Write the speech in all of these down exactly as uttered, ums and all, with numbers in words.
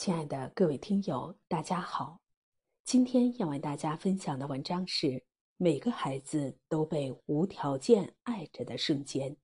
亲爱的各位听友，大家好。今天要为大家分享的文章是每个孩子都被无条件爱着的瞬间。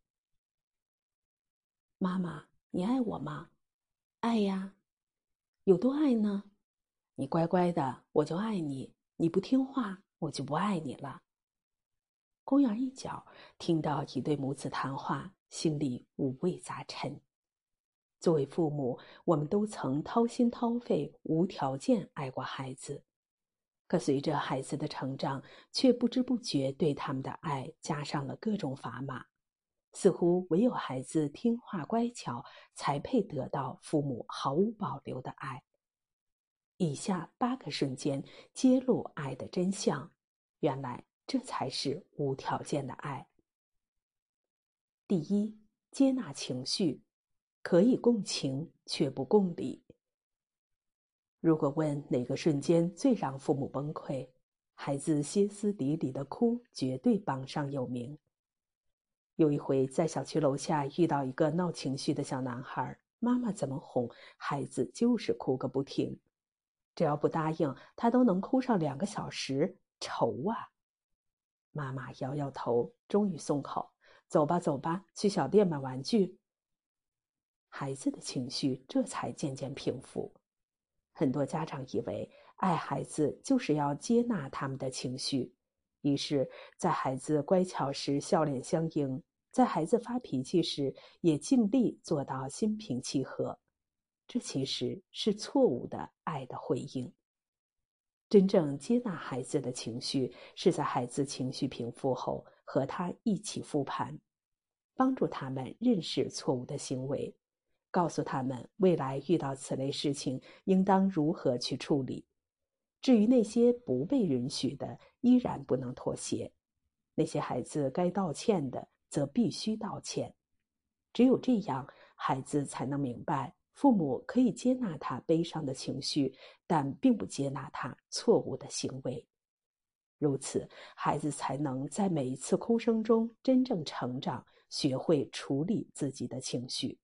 妈妈，你爱我吗？爱呀。有多爱呢？你乖乖的，我就爱你；你不听话，我就不爱你了。公园一角，听到一对母子谈话，心里五味杂陈。作为父母，我们都曾掏心掏肺、无条件爱过孩子。可随着孩子的成长，却不知不觉对他们的爱加上了各种砝码，似乎唯有孩子听话乖巧，才配得到父母毫无保留的爱。以下八个瞬间揭露爱的真相，原来这才是无条件的爱。第一，接纳情绪，可以共情，却不共理。如果问哪个瞬间最让父母崩溃，孩子歇斯底里的哭绝对榜上有名。有一回在小区楼下遇到一个闹情绪的小男孩，妈妈怎么哄，孩子就是哭个不停。只要不答应，他都能哭上两个小时，愁啊！妈妈摇摇头，终于松口，走吧走吧，去小店买玩具。孩子的情绪这才渐渐平复。很多家长以为爱孩子就是要接纳他们的情绪，于是在孩子乖巧时笑脸相迎，在孩子发脾气时也尽力做到心平气和。这其实是错误的爱的回应。真正接纳孩子的情绪，是在孩子情绪平复后和他一起复盘，帮助他们认识错误的行为，告诉他们未来遇到此类事情应当如何去处理。至于那些不被允许的，依然不能妥协。那些孩子该道歉的，则必须道歉。只有这样，孩子才能明白，父母可以接纳他悲伤的情绪，但并不接纳他错误的行为。如此，孩子才能在每一次哭声中真正成长，学会处理自己的情绪。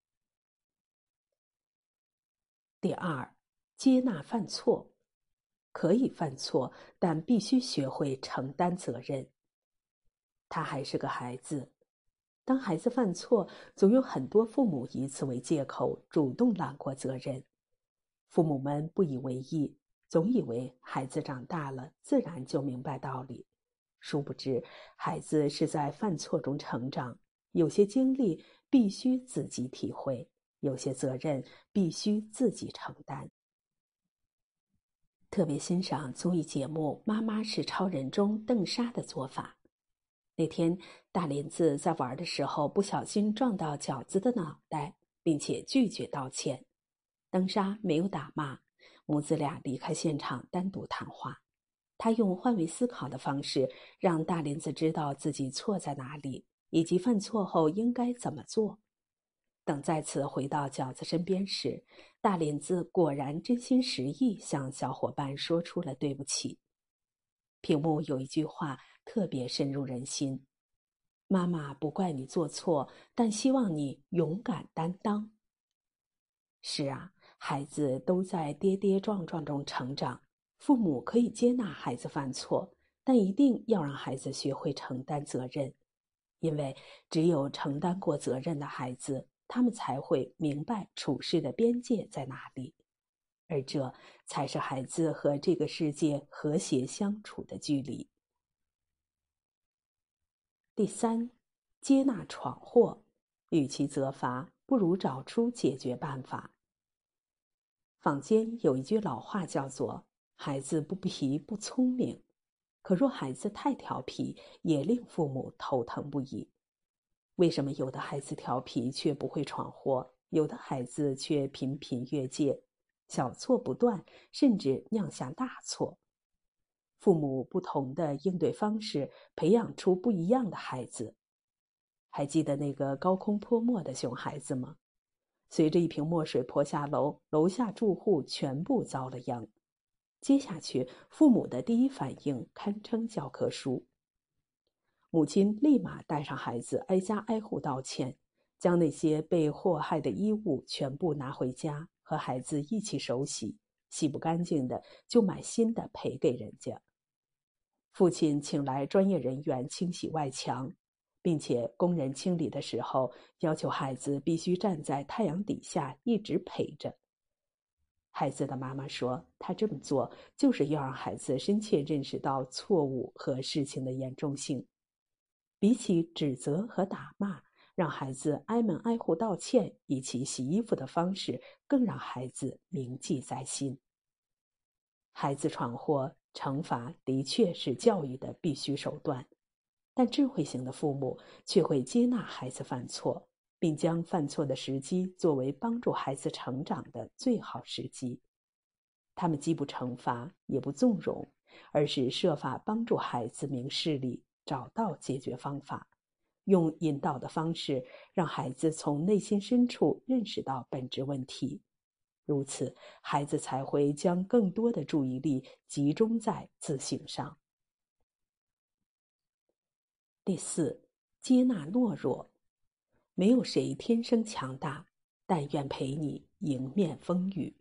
第二，接纳犯错。可以犯错，但必须学会承担责任。他还是个孩子，当孩子犯错，总有很多父母以此为借口，主动揽过责任。父母们不以为意，总以为孩子长大了，自然就明白道理。殊不知，孩子是在犯错中成长，有些经历必须自己体会，有些责任必须自己承担。特别欣赏综艺节目《妈妈是超人》中邓莎的做法。那天，大林子在玩的时候不小心撞到饺子的脑袋，并且拒绝道歉。邓莎没有打骂，母子俩离开现场单独谈话。她用换位思考的方式，让大林子知道自己错在哪里，以及犯错后应该怎么做。等再次回到饺子身边时，大林子果然真心实意向小伙伴说出了对不起。屏幕有一句话特别深入人心：妈妈不怪你做错，但希望你勇敢担当。是啊，孩子都在跌跌撞撞中成长，父母可以接纳孩子犯错，但一定要让孩子学会承担责任。因为只有承担过责任的孩子，他们才会明白处事的边界在哪里，而这才是孩子和这个世界和谐相处的距离。第三，接纳闯祸，与其责罚，不如找出解决办法。坊间有一句老话叫做孩子不皮不聪明，可若孩子太调皮，也令父母头疼不已。为什么有的孩子调皮却不会闯祸，有的孩子却频频越界，小错不断，甚至酿下大错？父母不同的应对方式，培养出不一样的孩子。还记得那个高空泼墨的熊孩子吗？随着一瓶墨水泼下楼，楼下住户全部遭了殃。接下去，父母的第一反应堪称教科书。母亲立马带上孩子挨家挨户道歉，将那些被祸害的衣物全部拿回家， 和孩子一起手洗，洗不干净的就买新的赔给人家。父亲请来专业人员清洗外墙，并且工人清理的时候要求孩子必须站在太阳底下一直陪着。孩子的妈妈说，她这么做就是要让孩子深切认识到错误和事情的严重性。比起指责和打骂，让孩子挨门挨户道歉以及洗衣服的方式更让孩子铭记在心。孩子闯祸，惩罚的确是教育的必须手段，但智慧型的父母却会接纳孩子犯错，并将犯错的时机作为帮助孩子成长的最好时机。他们既不惩罚，也不纵容，而是设法帮助孩子明事理，找到解决方法，用引导的方式让孩子从内心深处认识到本质问题。如此，孩子才会将更多的注意力集中在自省上。第四，接纳懦弱。没有谁天生强大，但愿陪你迎面风雨。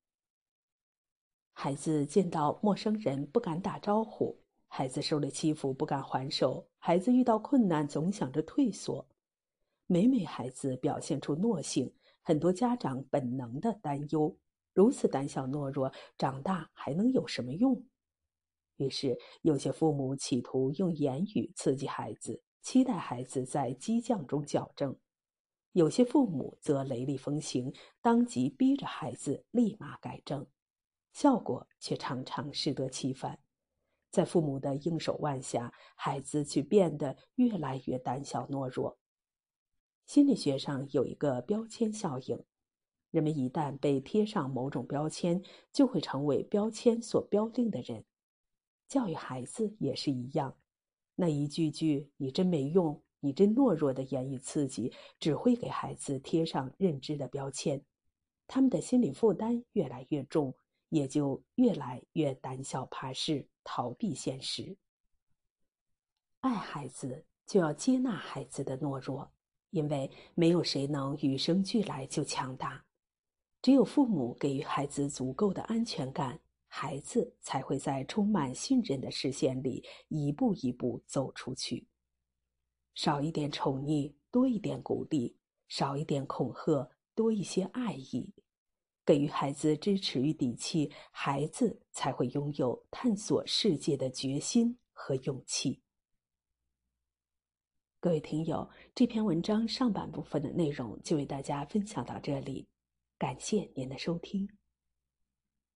孩子见到陌生人不敢打招呼，孩子受了欺负不敢还手，孩子遇到困难总想着退缩。每每孩子表现出懦性，很多家长本能的担忧，如此胆小懦弱，长大还能有什么用？于是有些父母企图用言语刺激孩子，期待孩子在激将中矫正；有些父母则雷厉风行，当即逼着孩子立马改正，效果却常常适得其反。在父母的应手腕下，孩子却变得越来越胆小懦弱。心理学上有一个标签效应，人们一旦被贴上某种标签，就会成为标签所标定的人。教育孩子也是一样，那一句句你真没用，你真懦弱的言语刺激，只会给孩子贴上认知的标签，他们的心理负担越来越重，也就越来越胆小怕事，逃避现实。爱孩子就要接纳孩子的懦弱，因为没有谁能与生俱来就强大。只有父母给予孩子足够的安全感，孩子才会在充满信任的视线里一步一步走出去。少一点宠溺，多一点鼓励；少一点恐吓，多一些爱意。给予孩子支持与底气，孩子才会拥有探索世界的决心和勇气。各位听友，这篇文章上半部分的内容就为大家分享到这里，感谢您的收听。